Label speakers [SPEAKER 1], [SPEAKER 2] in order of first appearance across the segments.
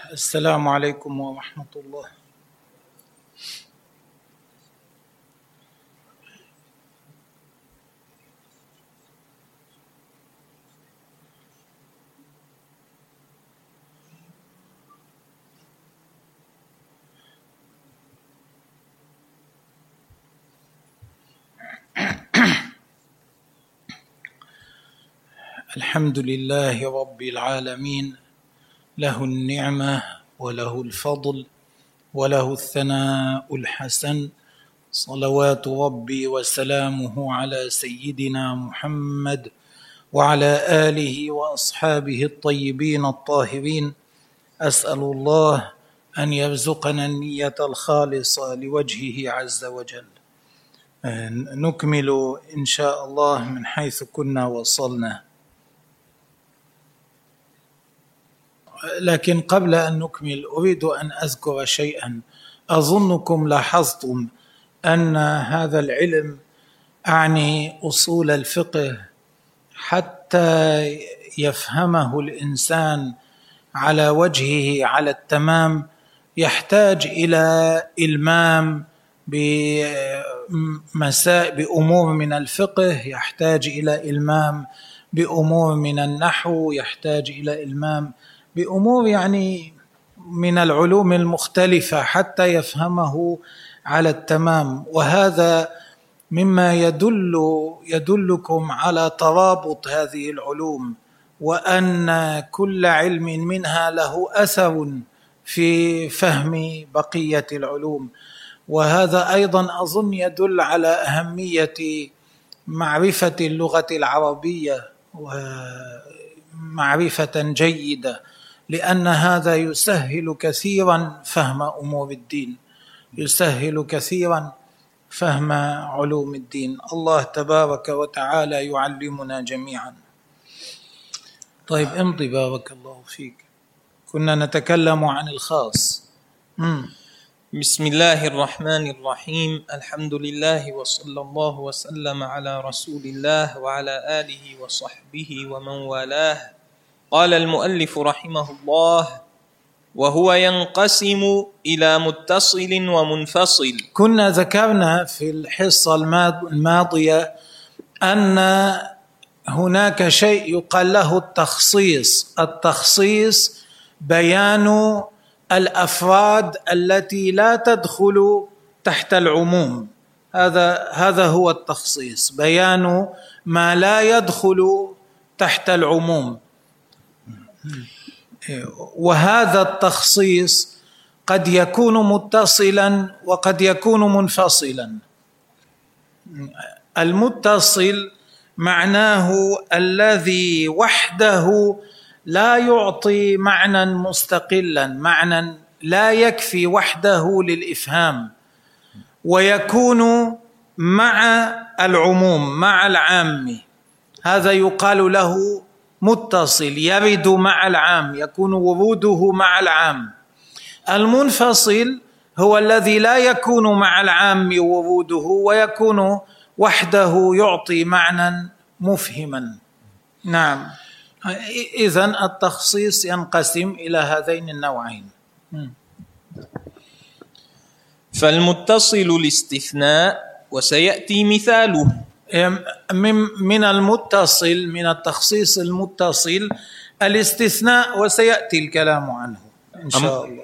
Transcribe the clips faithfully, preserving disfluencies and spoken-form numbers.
[SPEAKER 1] السلام عليكم ورحمة الله. الحمد لله رب العالمين، له النعمة وله الفضل وله الثناء الحسن، صلوات ربي وسلامه على سيدنا محمد وعلى آله وأصحابه الطيبين الطاهرين. أسأل الله أن يرزقنا النية الخالصة لوجهه عز وجل. نكمل إن شاء الله من حيث كنا وصلنا، لكن قبل أن نكمل أريد أن أذكر شيئا. أظنكم لاحظتم أن هذا العلم، أعني أصول الفقه، حتى يفهمه الإنسان على وجهه على التمام يحتاج إلى إلمام بمسائل بأمور من الفقه، يحتاج إلى إلمام بأمور من النحو، يحتاج إلى إلمام بأمور يعني من العلوم المختلفة حتى يفهمه على التمام. وهذا مما يدل يدلكم على ترابط هذه العلوم، وأن كل علم منها له أثر في فهم بقية العلوم. وهذا أيضا أظن يدل على أهمية معرفة اللغة العربية ومعرفة جيدة، لأن هذا يسهل كثيرا فهم أمور الدين، يسهل كثيرا فهم علوم الدين. الله تبارك وتعالى يعلمنا جميعا. طيب امضي بارك الله فيك. كنا نتكلم عن الخاص. مم.
[SPEAKER 2] بسم الله الرحمن الرحيم. الحمد لله وصلى الله وسلم على رسول الله وعلى آله وصحبه ومن والاه. قال المؤلف رحمه الله: وهو ينقسم إلى متصل ومنفصل.
[SPEAKER 1] كنا ذكرنا في الحصة الماضية أن هناك شيء يقال له التخصيص. التخصيص بيان الأفراد التي لا تدخل تحت العموم. هذا هذا هو التخصيص، بيان ما لا يدخل تحت العموم. وهذا التخصيص قد يكون متصلا وقد يكون منفصلا. المتصل معناه الذي وحده لا يعطي معنى مستقلا، معنى لا يكفي وحده للإفهام، ويكون مع العموم مع العام. هذا يقال له متصل، يرد مع العام، يكون وروده مع العام. المنفصل هو الذي لا يكون مع العام وروده ويكون وحده يعطي معنى مفهما. نعم، إذن التخصيص ينقسم إلى هذين النوعين.
[SPEAKER 2] فالمتصل الاستثناء، وسيأتي مثاله.
[SPEAKER 1] من المتصل، من التخصيص المتصل الاستثناء، وسيأتي الكلام عنه إن شاء الله.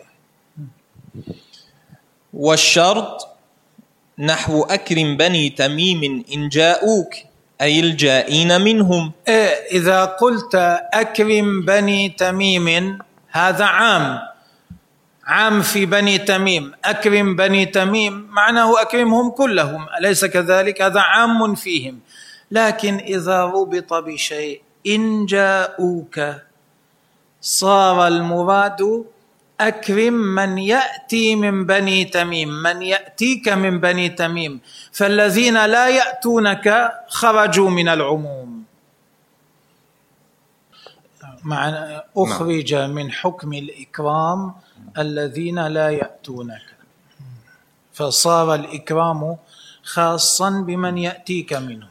[SPEAKER 2] والشرط نحو أكرم بني تميم إن جاءوك، أي الجائين منهم.
[SPEAKER 1] إذا قلت أكرم بني تميم هذا عام، عام في بني تميم. أكرم بني تميم معناه أكرمهم كلهم، أليس كذلك؟ هذا عام فيهم. لكن إذا ربط بشيء إن جاءوك صار المراد أكرم من يأتي من بني تميم، من يأتيك من بني تميم. فالذين لا يأتونك خرجوا من العموم، معنى أخرج من حكم الإكرام الذين لا يأتونك، فصار الإكرام خاصا بمن يأتيك منه.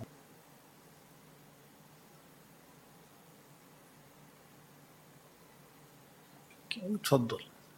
[SPEAKER 1] تفضل.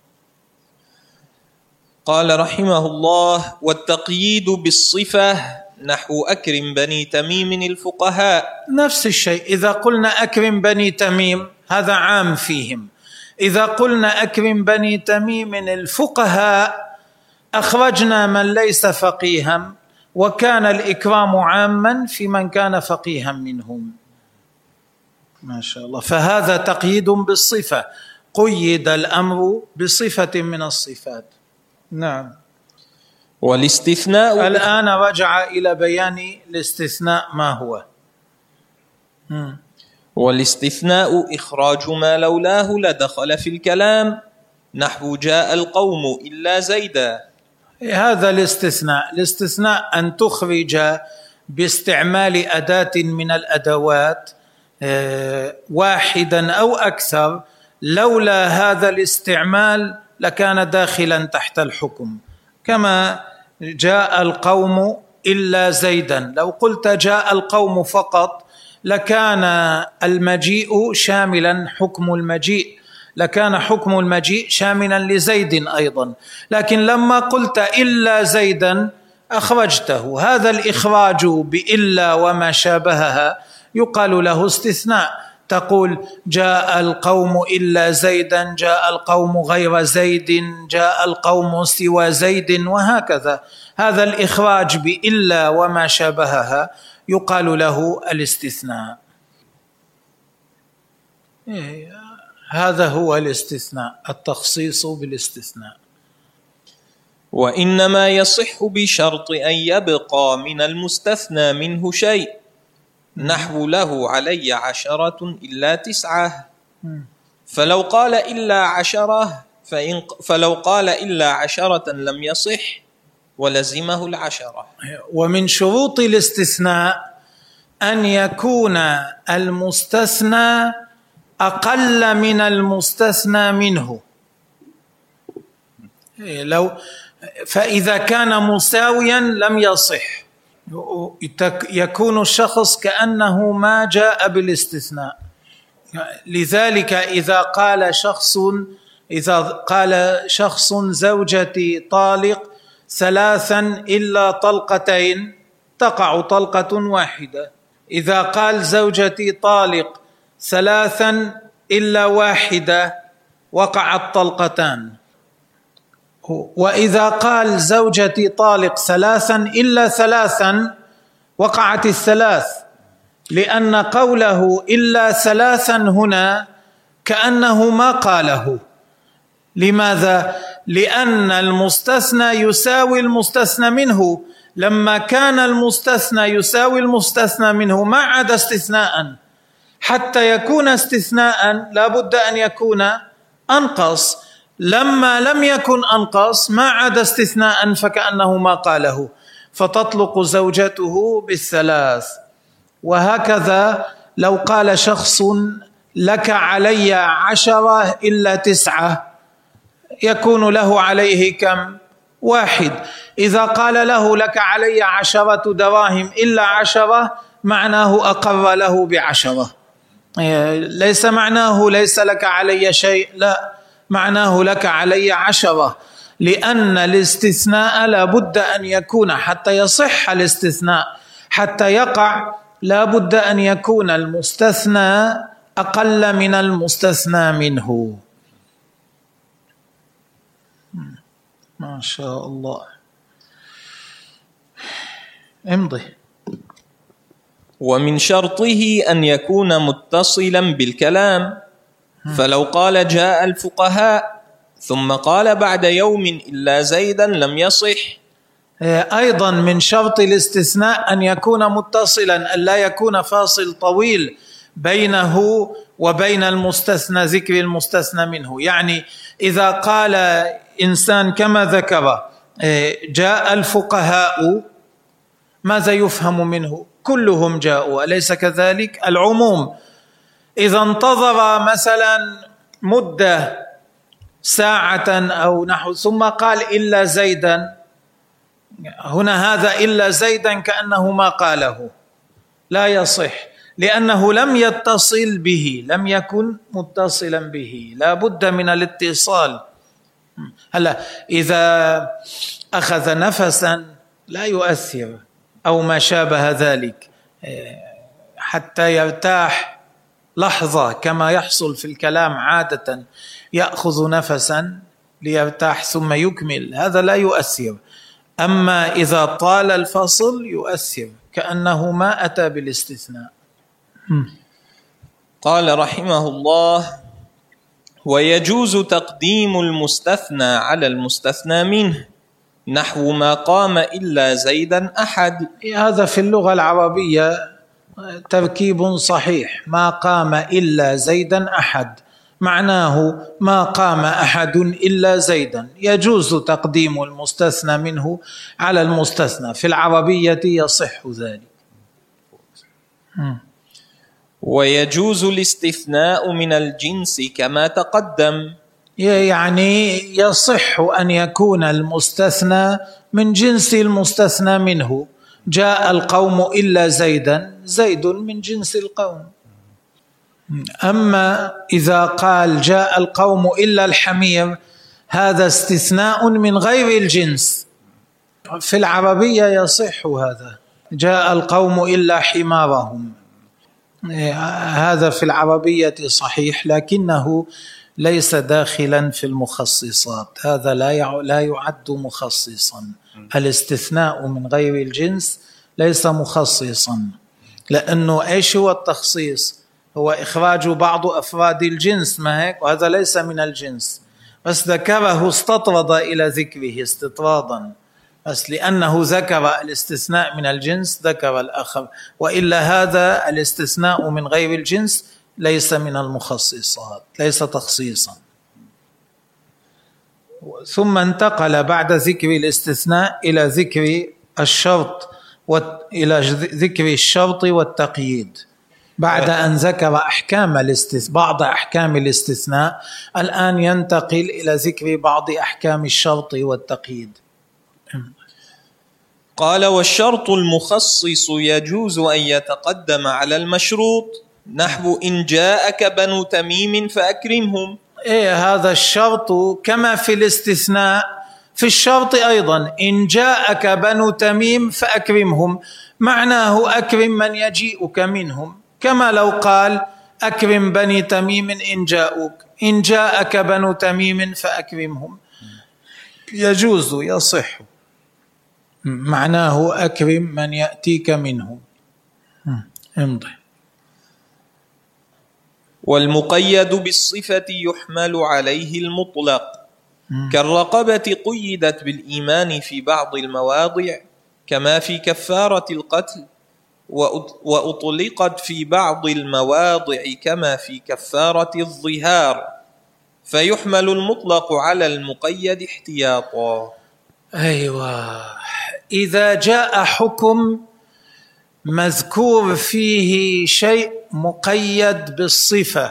[SPEAKER 2] قال رحمه الله: والتقييد بالصفة نحو أكرم بني تميم الفقهاء.
[SPEAKER 1] نفس الشيء، إذا قلنا أكرم بني تميم هذا عام فيهم، إذا قلنا أكرم بني تميم الفقهاء أخرجنا من ليس فقيها، وكان الإكرام عاما في من كان فقيها منهم. ما شاء الله. فهذا تقييد بالصفة، قيد الأمر بصفة من الصفات. نعم.
[SPEAKER 2] والاستثناء
[SPEAKER 1] الآن رجع إلى بيان الاستثناء ما هو. م.
[SPEAKER 2] والاستثناء إخراج ما لولاه لدخل في الكلام، نحو جاء القوم إلا زيدا.
[SPEAKER 1] هذا الاستثناء. الاستثناء أن تخرج باستعمال أداة من الأدوات واحدا أو أكثر، لولا هذا الاستعمال لكان داخلا تحت الحكم، كما جاء القوم إلا زيدا. لو قلت جاء القوم فقط لكان المجيء شاملا حكم المجيء، لكان حكم المجيء شاملا لزيد أيضا، لكن لما قلت إلا زيدا أخرجته. هذا الإخراج بإلا وما شابهها يقال له استثناء. تقول جاء القوم إلا زيدا، جاء القوم غير زيد، جاء القوم سوى زيد، وهكذا. هذا الإخراج بإلا وما شابهها يقال له الاستثناء. هذا هو الاستثناء، التخصيص بالاستثناء.
[SPEAKER 2] وإنما يصح بشرط أن يبقى من المستثنى منه شيء، نحو له علي عشرة إلا تسعة. فلو قال إلا عشرة فإن فلو قال إلا عشرة لم يصح ولزمه العشرة.
[SPEAKER 1] ومن شروط الاستثناء أن يكون المستثنى أقل من المستثنى منه. لو فإذا كان مساويا لم يصح، يكون الشخص كأنه ما جاء بالاستثناء. لذلك إذا قال شخص إذا قال شخص زوجتي طالق ثلاثا إلا طلقتين تقع طلقة واحدة. إذا قال زوجتي طالق ثلاثا إلا واحدة وقعت طلقتان. وإذا قال زوجتي طالق ثلاثا إلا ثلاثا وقعت الثلاث، لأن قوله إلا ثلاثا هنا كأنه ما قاله. لماذا؟ لأن المستثنى يساوي المستثنى منه. لما كان المستثنى يساوي المستثنى منه ما عاد استثناء. حتى يكون استثناء لا بد أن يكون أنقص. لما لم يكن أنقص ما عاد استثناء، فكأنه ما قاله، فتطلق زوجته بالثلاث. وهكذا لو قال شخص لك علي عشرة إلا تسعة يكون له عليه كم؟ واحد. إذا قال له لك علي عشرة دراهم إلا عشرة معناه أقر له بعشرة، ليس معناه ليس لك علي شيء، لا، معناه لك علي عشرة. لأن الاستثناء لا بد أن يكون، حتى يصح الاستثناء حتى يقع لا بد أن يكون المستثنى أقل من المستثنى منه. ما شاء الله. امضي.
[SPEAKER 2] ومن شرطه أن يكون متصلا بالكلام، فلو قال جاء الفقهاء ثم قال بعد يوم إلا زيدا لم يصح.
[SPEAKER 1] أيضا من شرط الاستثناء أن يكون متصلا، أن لا يكون فاصل طويل بينه وبين المستثنى، ذكر المستثنى منه. يعني إذا قال إنسان كما ذكر جاء الفقهاء، ماذا يفهم منه؟ كلهم جاءوا، أليس كذلك؟ العموم. إذا انتظر مثلا مدة ساعة أو نحو ثم قال إلا زيدا، هنا هذا إلا زيدا كأنه ما قاله، لا يصح، لأنه لم يتصل به، لم يكن متصلا به، لا بد من الاتصال. هلا إذا أخذ نفسا لا يؤثر أو ما شابه ذلك حتى يرتاح لحظة، كما يحصل في الكلام عادة، يأخذ نفسا ليرتاح ثم يكمل، هذا لا يؤثر. أما إذا طال الفصل يؤثر، كأنه ما أتى بالاستثناء.
[SPEAKER 2] قال رحمه الله: ويجوز تقديم المستثنى على المستثنى منه، نحو ما قام إلا زيدا أحد.
[SPEAKER 1] هذا في اللغة العربية تركيب صحيح، ما قام إلا زيدا أحد، معناه ما قام أحد إلا زيدا. يجوز تقديم المستثنى منه على المستثنى، في العربية يصح ذلك.
[SPEAKER 2] ويجوز الاستثناء من الجنس كما تقدم،
[SPEAKER 1] يعني يصح أن يكون المستثنى من جنس المستثنى منه. جاء القوم إلا زيدا، زيد من جنس القوم. أما إذا قال جاء القوم إلا الحمير، هذا استثناء من غير الجنس. في العربية يصح هذا، جاء القوم إلا حمارهم، هذا في العربية صحيح، لكنه ليس داخلا في المخصصات، هذا لا لا يعد مخصصا. الاستثناء من غير الجنس ليس مخصصا، لأنه إيش هو التخصيص؟ هو إخراج بعض أفراد الجنس، ما هيك؟ وهذا ليس من الجنس، بس ذكره استطرد إلى ذكره استطرادا، بس لأنه ذكر الاستثناء من الجنس ذكر الآخر، وإلا هذا الاستثناء من غير الجنس ليس من المخصصات، ليس تخصيصا. ثم انتقل بعد ذكر الاستثناء إلى ذكر الشرط وإلى ذكر الشرط والتقييد. بعد أن ذكر أحكام الاستثناء، بعض أحكام الاستثناء، الآن ينتقل إلى ذكر بعض أحكام الشرط والتقييد.
[SPEAKER 2] قال: والشرط المخصص يجوز أن يتقدم على المشروط، نحو إن جاءك بنو تميم فأكرمهم.
[SPEAKER 1] إيه، هذا الشرط كما في الاستثناء في الشرط أيضا، إن جاءك بنو تميم فأكرمهم، معناه أكرم من يجيئك منهم، كما لو قال أكرم بني تميم إن جاءوك، إن جاءك بنو تميم فأكرمهم، يجوز يصح، معناه أكرم من يأتيك منهم. امضي.
[SPEAKER 2] والمقيد بالصفة يحمل عليه المطلق، كالرقبة قيدت بالإيمان في بعض المواضع كما في كفارة القتل، وأطلقت في بعض المواضع كما في كفارة الظهار، فيحمل المطلق على المقيد احتياطا.
[SPEAKER 1] أيوة، إذا جاء حكم مذكور فيه شيء مقيد بالصفة،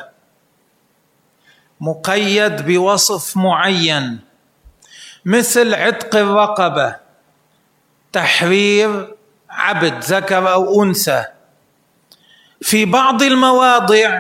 [SPEAKER 1] مقيد بوصف معين، مثل عتق الرقبة، تحرير عبد ذكر أو أنثى، في بعض المواضع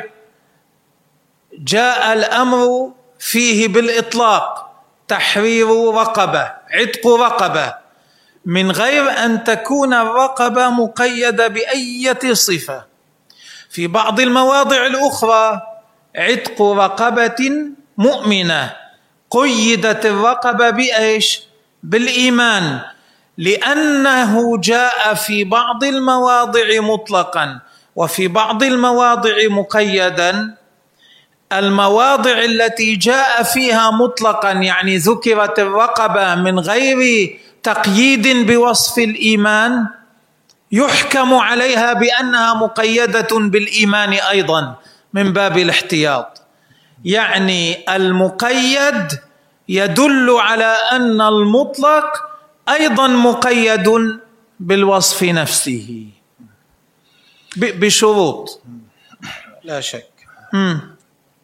[SPEAKER 1] جاء الأمر فيه بالإطلاق، تحرير رقبة، عتق رقبة، من غير أن تكون الرقبة مقيدة بأي صفة. في بعض المواضع الأخرى عتق رقبة مؤمنة، قيدت الرقبة بإيش؟ بالإيمان، لأنه جاء في بعض المواضع مطلقا وفي بعض المواضع مقيدا. المواضع التي جاء فيها مطلقا، يعني ذكرت الرقبة من غير تقييد بوصف الإيمان، يحكم عليها بأنها مقيدة بالإيمان أيضا من باب الاحتياط. يعني المقيد يدل على أن المطلق أيضا مقيد بالوصف نفسه بشروط لا شك. مم.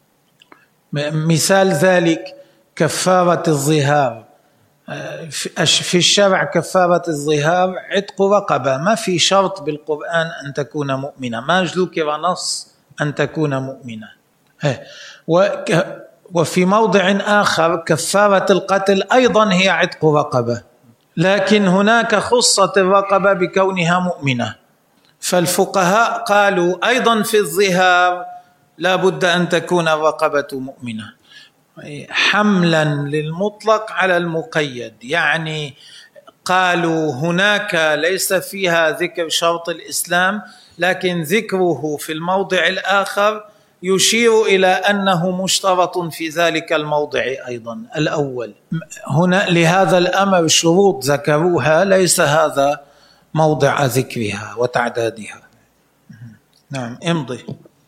[SPEAKER 1] مثال ذلك كفارة الظهار، في الشرع كفارة الظهار عتق رقبة، ما في شرط بالقرآن أن تكون مؤمنة، ما ذكر نص أن تكون مؤمنة. وفي موضع آخر كفارة القتل أيضا هي عتق رقبة، لكن هناك خصت الرقبة بكونها مؤمنة. فالفقهاء قالوا أيضا في الظهار لا بد أن تكون الرقبة مؤمنة، حملا للمطلق على المقيد. يعني قالوا هناك ليس فيها ذكر شرط الإسلام، لكن ذكره في الموضع الآخر يشير إلى أنه مشترط في ذلك الموضع أيضا الأول. هنا لهذا الأمر شروط ذكروها، ليس هذا موضع ذكرها وتعدادها. نعم امضي.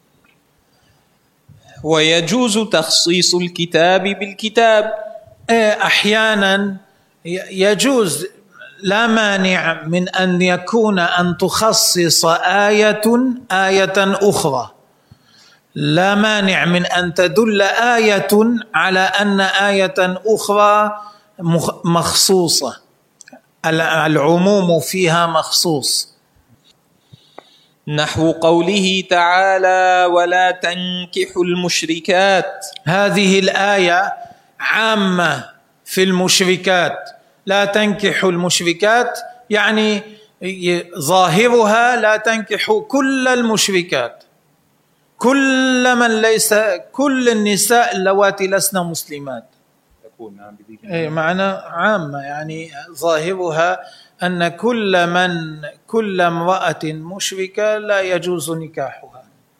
[SPEAKER 2] ويجوز تخصيص الكتاب بالكتاب.
[SPEAKER 1] أحيانا يجوز، لا مانع من أن يكون أن تخصص آية آية أخرى، لا مانع من أن تدل آية على أن آية أخرى مخصوصة، العموم فيها مخصوص.
[SPEAKER 2] نحو قوله تعالى ولا تنكحوا المشركات،
[SPEAKER 1] هذه الآية عامة في المشركات، لا تنكحوا المشركات يعني ظاهرها لا تنكحوا كل المشركات، كل من ليس كل النساء اللواتي لسن مسلمات، أي معنى عامة، يعني ظاهرها أن كل من كل امرأة مشركة لا يجوز نكاحها.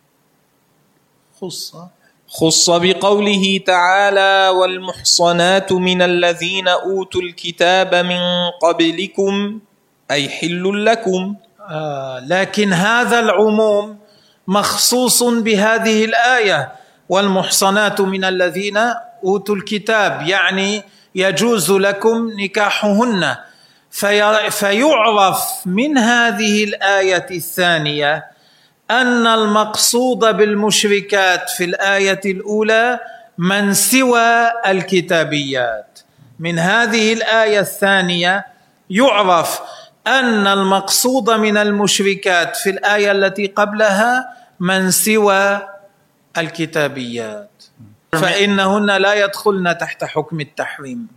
[SPEAKER 1] خص
[SPEAKER 2] خص بقوله تعالى والمحصنات من الذين أوتوا الكتاب من قبلكم أي حل لكم.
[SPEAKER 1] آه لكن هذا العموم مخصوص بهذه الآية والمحصنات من الذين أوتوا الكتاب، يعني يجوز لكم نكاحهن. في فيعرف من هذه الآية الثانية أن المقصود بالمشركات في الآية الأولى من سوى الكتابيات. من هذه الآية الثانية يعرف أن المقصود من المشركات في الآية التي قبلها من سوى الكتابيات، فإنهن لا يدخلن تحت حكم التحريم.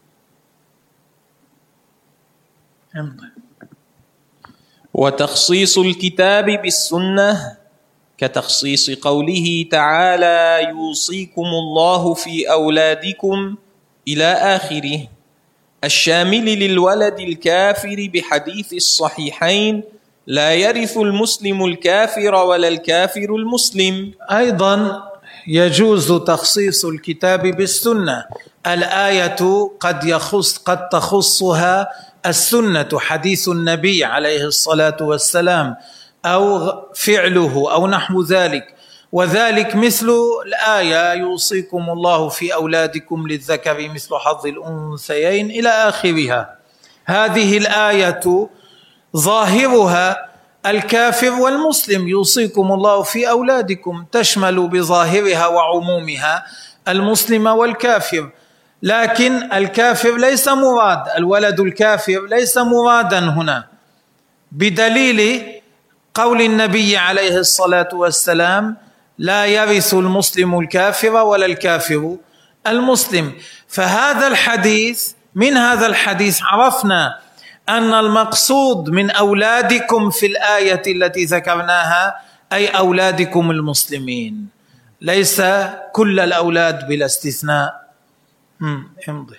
[SPEAKER 2] وتخصيص الكتاب بالسنة كتخصيص قوله تعالى يوصيكم الله في أولادكم إلى آخره، الشامل للولد الكافر بحديث الصحيحين لا يرث المسلم الكافر ولا الكافر المسلم.
[SPEAKER 1] أيضا يجوز تخصيص الكتاب بالسنة، الآية قد يخص قد تخصها السنة، حديث النبي عليه الصلاة والسلام أو فعله أو نحو ذلك، وذلك مثل الآية يوصيكم الله في أولادكم للذكر مثل حظ الأنثيين إلى آخرها. هذه الآية ظاهرها الكافر والمسلم، يوصيكم الله في أولادكم، تشمل بظاهرها وعمومها المسلم والكافر، لكن الكافر ليس مراد، الولد الكافر ليس مرادا هنا، بدليل قول النبي عليه الصلاة والسلام لا يرث المسلم الكافر ولا الكافر المسلم. فهذا الحديث، من هذا الحديث عرفنا أن المقصود من أولادكم في الآية التي ذكرناها أي أولادكم المسلمين، ليس كل الأولاد بلا استثناء. امضي.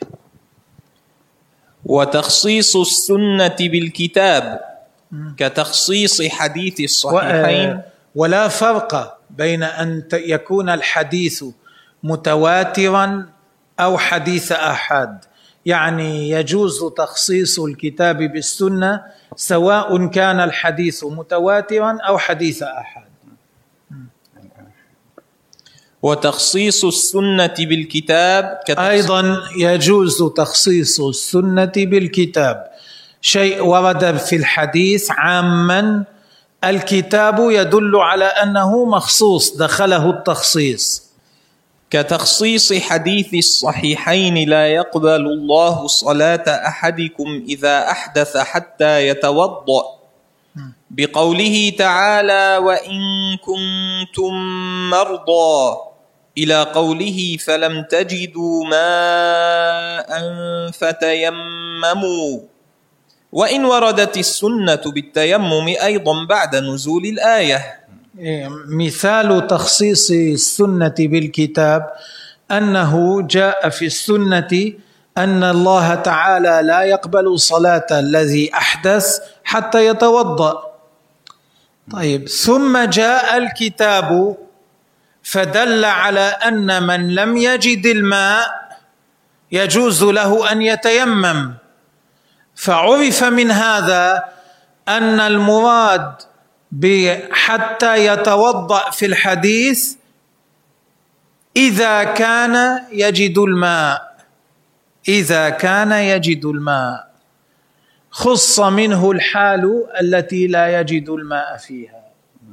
[SPEAKER 2] وتخصيص السنة بالكتاب كتخصيص حديث الصحيحين.
[SPEAKER 1] ولا فرق بين أن يكون الحديث متواترا أو حديث آحاد، يعني يجوز تخصيص الكتاب بالسنة سواء كان الحديث متواترا أو حديث آحاد.
[SPEAKER 2] وتخصيص السنة بالكتاب
[SPEAKER 1] أيضا يجوز تخصيص السنة بالكتاب، شيء ورد في الحديث عاما، الكتاب يدل على أنه مخصوص، دخله التخصيص،
[SPEAKER 2] كتخصيص حديث الصحيحين لا يقبل الله صلاة أحدكم إذا أحدث حتى يتوضأ، بقوله تعالى وإن كنتم مرضى إلى قوله فلم تجدوا ماء فتيمموا، وإن وردت السنة بالتيمم أيضا بعد نزول الآية.
[SPEAKER 1] مثال تخصيص السنة بالكتاب أنه جاء في السنة أن الله تعالى لا يقبل صلاة الذي أحدث حتى يتوضأ. طيب، ثم جاء الكتاب فدل على أن من لم يجد الماء يجوز له أن يتيمم، فعرف من هذا أن المراد حتى يتوضأ في الحديث إذا كان يجد الماء، إذا كان يجد الماء، خص منه الحال التي لا يجد الماء فيها.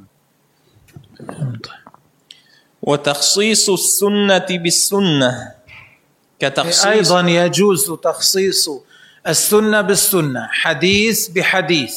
[SPEAKER 2] وتخصيص السنة بالسنة كتخصيص
[SPEAKER 1] أيضا يجوز تخصيص السنة بالسنة، حديث بحديث،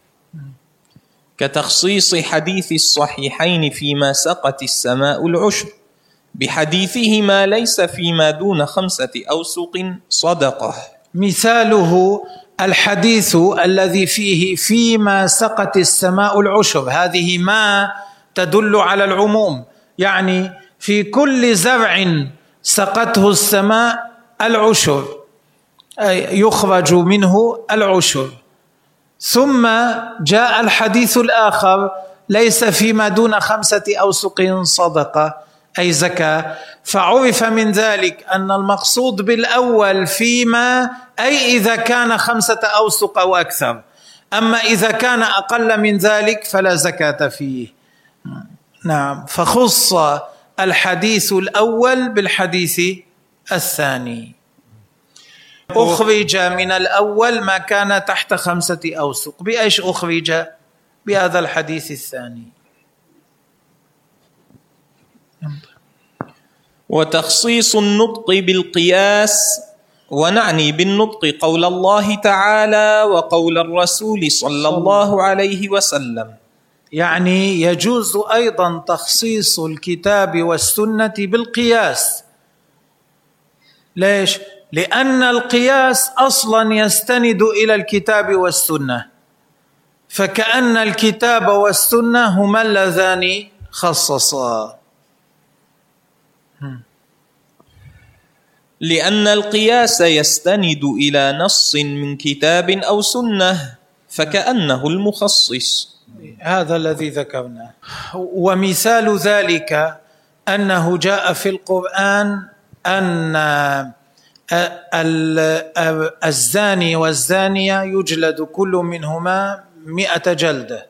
[SPEAKER 2] كتخصيص حديث الصحيحين فيما سقت السماء العشر بحديثهما ليس فيما دون خمسة أوسق صدقة.
[SPEAKER 1] مثاله الحديث الذي فيه فيما سقت السماء العشر، هذه ما تدل على العموم، يعني في كل زرع سقته السماء العشر أي يخرج منه العشر. ثم جاء الحديث الآخر ليس فيما دون خمسة أوسق صدقة أي زكاة، فعرف من ذلك أن المقصود بالأول فيما أي إذا كان خمسة أوسق أو أكثر، أما إذا كان أقل من ذلك فلا زكاة فيه. نعم، فخص الحديث الأول بالحديث الثاني. أخرج من الأول ما كان تحت خمسة أوسق، بأيش أخرج؟ بهذا الحديث الثاني.
[SPEAKER 2] وتخصيص النطق بالقياس، ونعني بالنطق قول الله تعالى وقول الرسول صلى الله عليه وسلم،
[SPEAKER 1] يعني يجوز أيضا تخصيص الكتاب والسنة بالقياس. ليش؟ لأن القياس أصلا يستند إلى الكتاب والسنة، فكأن الكتاب والسنة هما اللذان خصصا.
[SPEAKER 2] لأن القياس يستند إلى نص من كتاب أو سنة فكأنه المخصص.
[SPEAKER 1] هذا الذي ذكرناه. ومثال ذلك أنه جاء في القرآن أن الزاني والزانية يجلد كل منهما مئة جلدة.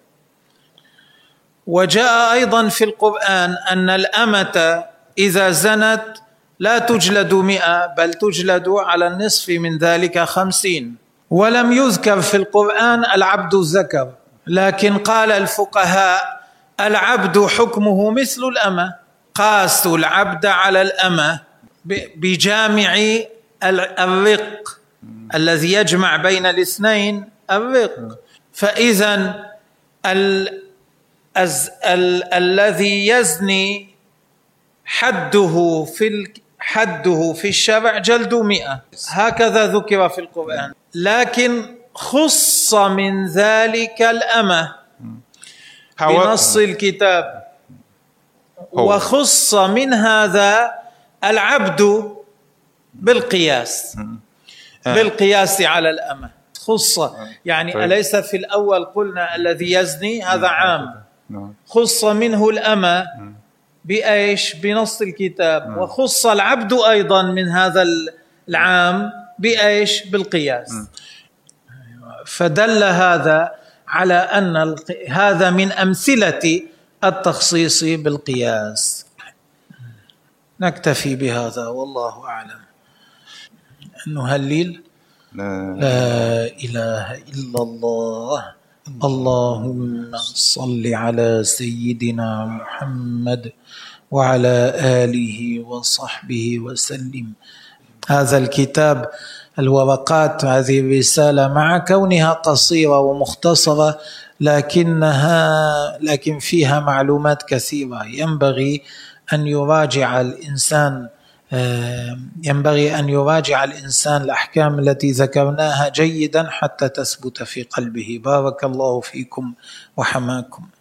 [SPEAKER 1] وجاء أيضا في القرآن أن الأمة إذا زنت لا تجلد مئة بل تجلد على النصف من ذلك خمسين. ولم يذكر في القرآن العبد الذكر، لكن قال الفقهاء العبد حكمه مثل الأمة، قاسوا العبد على الأمة بجامع الرق الذي يجمع بين الاثنين الرق. فإذا الذي يزني حده في حده في الشرع جلد مئة، هكذا ذكر في القرآن، لكن خص من ذلك الأمة بنص الكتاب، وخص من هذا العبد بالقياس بالقياس على الأمة، خص يعني أليس في الأول قلنا الذي يزني هذا عام، خص منه الأمة بأيش؟ بنص الكتاب، وخص العبد أيضا من هذا العام بأيش؟ بالقياس. فدل هذا على أن هذا من أمثلة التخصيص بالقياس. نكتفي بهذا والله أعلم. نهلل لا, لا إله إلا الله. اللهم صل على سيدنا محمد وعلى آله وصحبه وسلم. هذا الكتاب الورقات، هذه الرسالة مع كونها قصيرة ومختصرة لكنها لكن فيها معلومات كثيرة، ينبغي أن يراجع الإنسان ينبغي أن يراجع الإنسان الأحكام التي ذكرناها جيدا حتى تثبت في قلبه. بارك الله فيكم وحماكم.